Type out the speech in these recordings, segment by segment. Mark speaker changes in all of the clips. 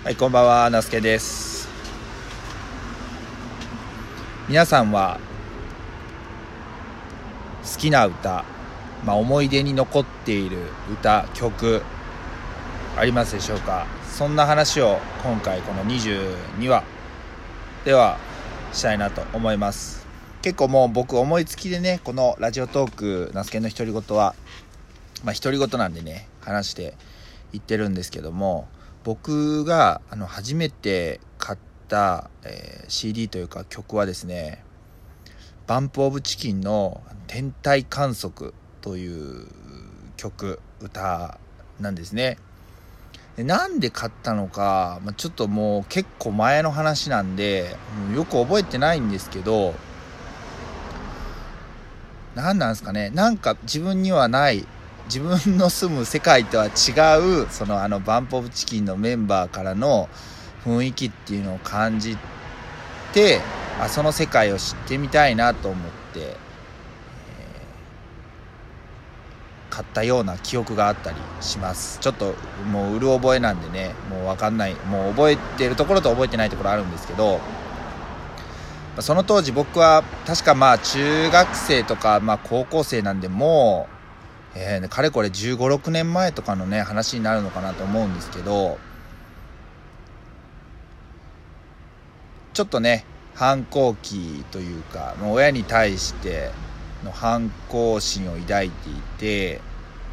Speaker 1: はい、こんばんは、那須です。皆さんは好きな歌、思い出に残っている歌、曲ありますでしょうか。そんな話を今回この22話ではしたいなと思います。結構もう僕思いつきでね、このラジオトーク那須の独り言は独り言なんでね、話していってるんですけども、僕が初めて買った、CD というか曲はですね、バンプオブチキンの天体観測という歌なんですね。でなんで買ったのか、ちょっともう結構前の話なんでよく覚えてないんですけど、何なんですかね、なんか自分にはない自分の住む世界とは違うそのバンプオブチキンのメンバーからの雰囲気っていうのを感じて、その世界を知ってみたいなと思って、買ったような記憶があったりします。ちょっともううる覚えなんでね、もう分かんない、もう覚えてるところと覚えてないところあるんですけど、その当時僕は確か中学生とか高校生なんで、もうかれこれ15、16年前とかのね話になるのかなと思うんですけど、ちょっとね反抗期というか、もう親に対しての反抗心を抱いていて、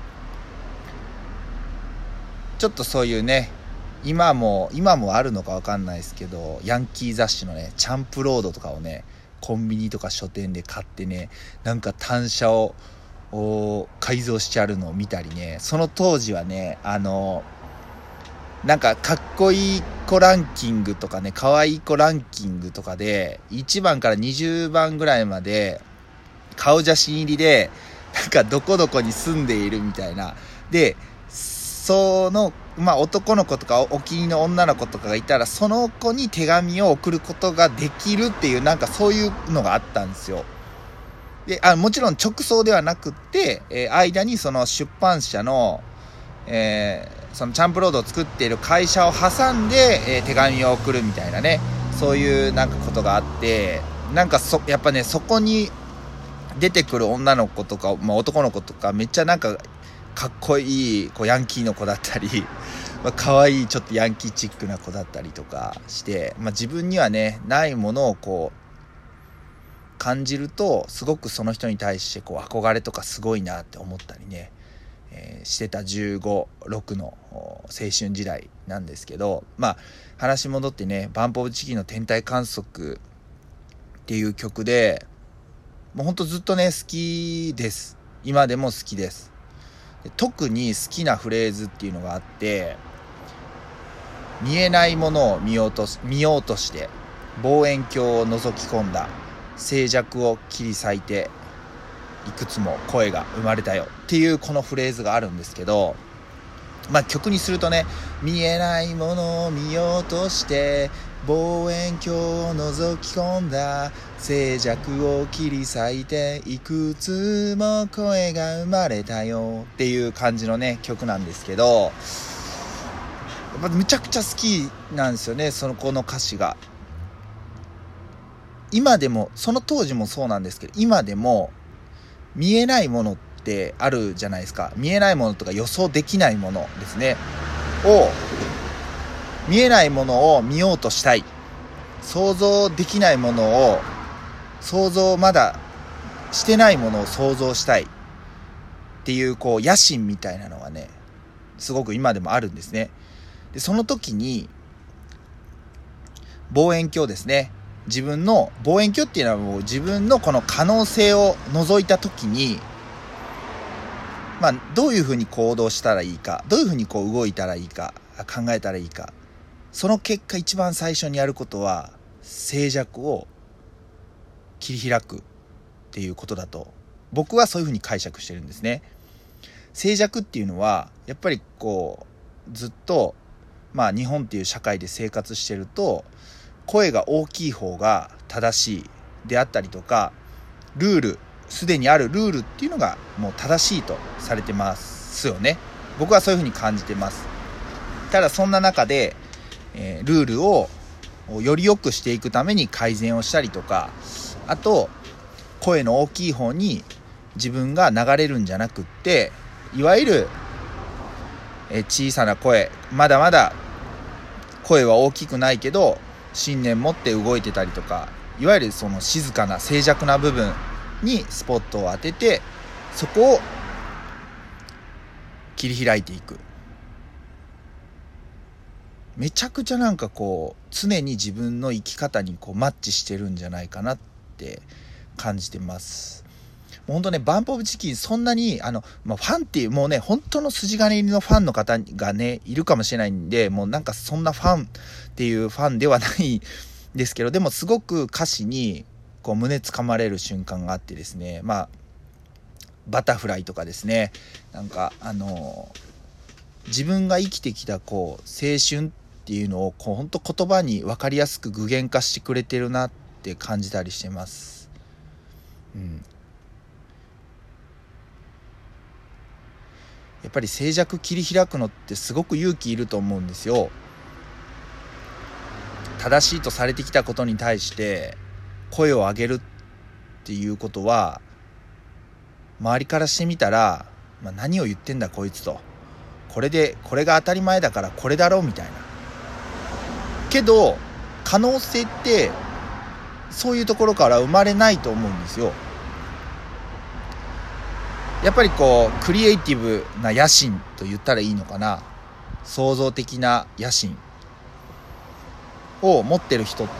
Speaker 1: ちょっとそういうね、今もあるのか分かんないですけど、ヤンキー雑誌のねチャンプロードとかをねコンビニとか書店で買ってね、なんか単車を改造してあるのを見たりね、その当時はねなんかかっこいい子ランキングとかね、可愛い子ランキングとかで1番から20番ぐらいまで顔写真入りで、なんかどこどこに住んでいるみたいなで、その男の子とかお気に入りの女の子とかがいたら、その子に手紙を送ることができるっていう、なんかそういうのがあったんですよ。でもちろん直送ではなくって、間にその出版社の、そのチャンプロードを作っている会社を挟んで、手紙を送るみたいなね、そういうなんかことがあって、なんかやっぱね、そこに出てくる女の子とか、男の子とかめっちゃなんかかっこいいヤンキーの子だったり可愛いちょっとヤンキーチックな子だったりとかして、自分にはねないものを感じると、すごくその人に対して憧れとかすごいなって思ったりね、してた15、6の青春時代なんですけど、話戻ってね、バンプオブチキンの天体観測っていう曲で、もうほんとずっとね好きです。今でも好きです。で特に好きなフレーズっていうのがあって、見えないものを見ようとして望遠鏡を覗き込んだ、静寂を切り裂いていくつも声が生まれたよっていうこのフレーズがあるんですけど、曲にするとね、見えないものを見ようとして望遠鏡を覗き込んだ、静寂を切り裂いていくつも声が生まれたよっていう感じのね曲なんですけど、むちゃくちゃ好きなんですよね、そのこの歌詞が。今でも、その当時もそうなんですけど、今でも見えないものってあるじゃないですか。見えないものとか予想できないものですね見えないものを見ようとしたい、想像できないものを想像まだしてないものを想像したいっていう野心みたいなのがね、すごく今でもあるんですね。でその時に望遠鏡ですね、自分の望遠鏡っていうのはもう自分のこの可能性を覗いた時に、どういうふうに行動したらいいか、どういうふうに動いたらいいか、考えたらいいか、その結果一番最初にやることは静寂を切り開くっていうことだと、僕はそういうふうに解釈してるんですね。静寂っていうのはやっぱりずっと日本っていう社会で生活してると、声が大きい方が正しいであったりとか、すでにあるルールっていうのがもう正しいとされてますよね。僕はそういうふうに感じてます。ただそんな中でルールをより良くしていくために改善をしたりとか、あと声の大きい方に自分が流れるんじゃなくって、いわゆる小さな声、まだまだ声は大きくないけど信念持って動いてたりとか、いわゆるその静かな静寂な部分にスポットを当てて、そこを切り開いていく。めちゃくちゃなんかこう常に自分の生き方にこうマッチしてるんじゃないかなって感じてます。本当ね、バンプオブチキンそんなにファンっていうもうね、本当の筋金入りのファンの方がねいるかもしれないんで、もうなんかそんなファンっていうファンではないですけど、でもすごく歌詞にこう胸つかまれる瞬間があってですね、バタフライとかですね、なんか自分が生きてきたこう青春っていうのをこう本当言葉に分かりやすく具現化してくれてるなって感じたりしてます。やっぱり静寂切り開くのってすごく勇気いると思うんですよ。正しいとされてきたことに対して声を上げるっていうことは、周りからしてみたら、何を言ってんだこいつと、これが当たり前だからこれだろみたいな。けど可能性ってそういうところから生まれないと思うんですよ。やっぱりこうクリエイティブな野心と言ったらいいのかな、創造的な野心を持ってる人って、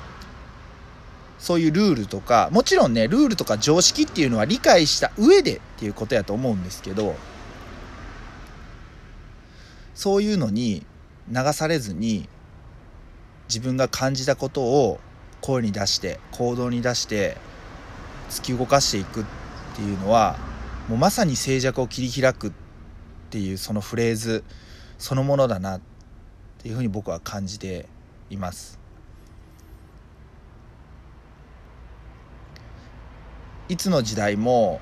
Speaker 1: そういうルールとか、もちろんねルールとか常識っていうのは理解した上でっていうことやと思うんですけど、そういうのに流されずに自分が感じたことを声に出して行動に出して突き動かしていくっていうのは、もうまさに静寂を切り開くっていうそのフレーズそのものだなっていうふうに僕は感じています。いつの時代も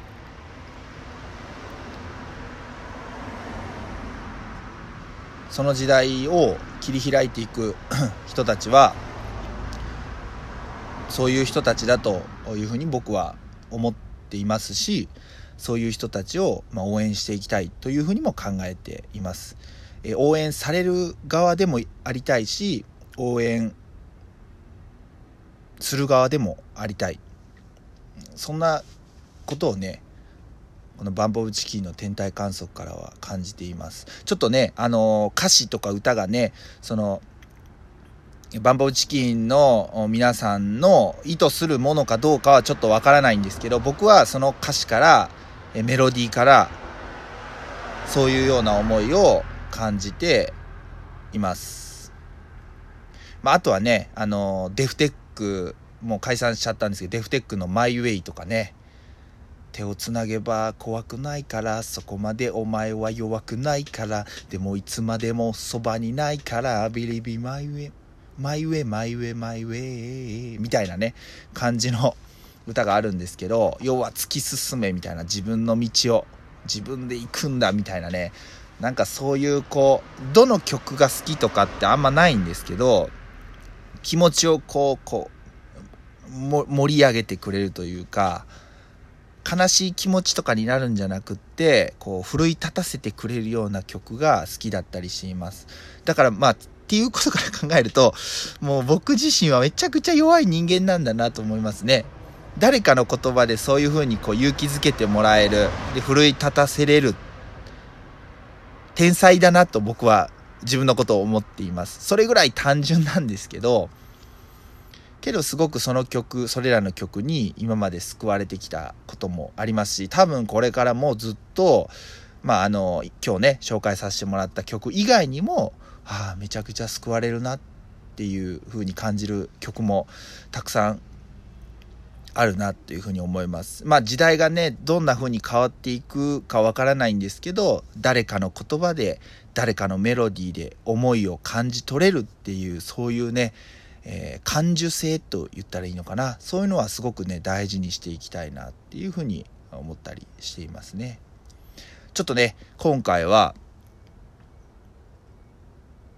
Speaker 1: その時代を切り開いていく人たちはそういう人たちだというふうに僕は思っていますし、そういう人たちを応援していきたいというふうにも考えています。応援される側でもありたいし、応援する側でもありたい、そんなことをね、このバンプオブチキンの天体観測からは感じています。ちょっとね、歌詞とか歌がね、そのバンプオブチキンの皆さんの意図するものかどうかはちょっとわからないんですけど、僕はその歌詞からメロディーからそういうような思いを感じています。あとはね、デフテックもう解散しちゃったんですけど、デフテックのマイウェイとかね、手をつなげば怖くないから、そこまでお前は弱くないから、でもいつまでもそばにないから、ビリビマイウェイマイウェイマイウェイマイウェイみたいなね感じの歌があるんですけど、要は突き進めみたいな、自分の道を自分で行くんだみたいなね、なんかそういうこうどの曲が好きとかってあんまないんですけど、気持ちをこう盛り上げてくれるというか、悲しい気持ちとかになるんじゃなくって、こう奮い立たせてくれるような曲が好きだったりしています。だからっていうことから考えると、もう僕自身はめちゃくちゃ弱い人間なんだなと思いますね。誰かの言葉でそういう風にこう勇気づけてもらえる、で奮い立たせれる天才だなと僕は自分のことを思っています。それぐらい単純なんですけどすごくそれらの曲に今まで救われてきたこともありますし、多分これからもずっと今日ね紹介させてもらった曲以外にもめちゃくちゃ救われるなっていう風に感じる曲もたくさんあるなっていう風に思います。時代がねどんな風に変わっていくかわからないんですけど、誰かの言葉で誰かのメロディーで思いを感じ取れるっていう、そういうね、感受性と言ったらいいのかな、そういうのはすごくね大事にしていきたいなっていう風に思ったりしていますね。ちょっとね今回は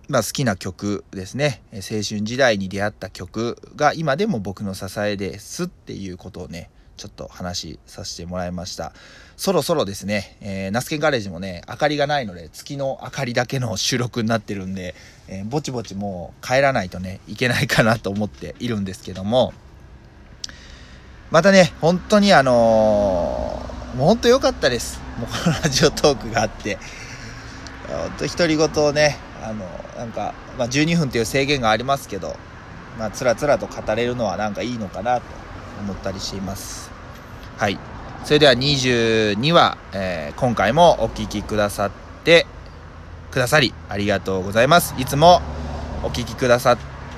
Speaker 1: 好きな曲ですね。青春時代に出会った曲が今でも僕の支えですっていうことをね、ちょっと話させてもらいました。そろそろですね、ナスケンガレージもね、明かりがないので、月の明かりだけの収録になってるんで、ぼちぼちもう帰らないとね、いけないかなと思っているんですけども、またね、本当にもう本当良かったです。もうこのラジオトークがあって、本当独り言をね、なんか、12分っていう制限がありますけど、つらつらと語れるのはなんかいいのかなと思ったりしています。はい。それでは22話、今回もお聞きくださりありがとうございます。いつもお聞きくださ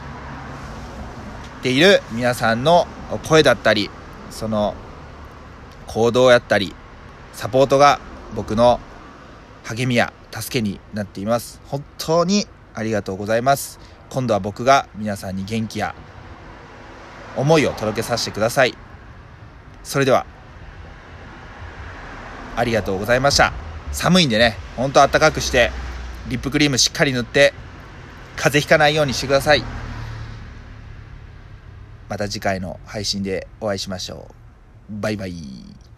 Speaker 1: っている皆さんの声だったり、その行動やったり、サポートが僕の励みや助けになっています。本当にありがとうございます。今度は僕が皆さんに元気や思いを届けさせてください。それではありがとうございました。寒いんでね、本当暖かくしてリップクリームしっかり塗って風邪ひかないようにしてください。また次回の配信でお会いしましょう。バイバイ。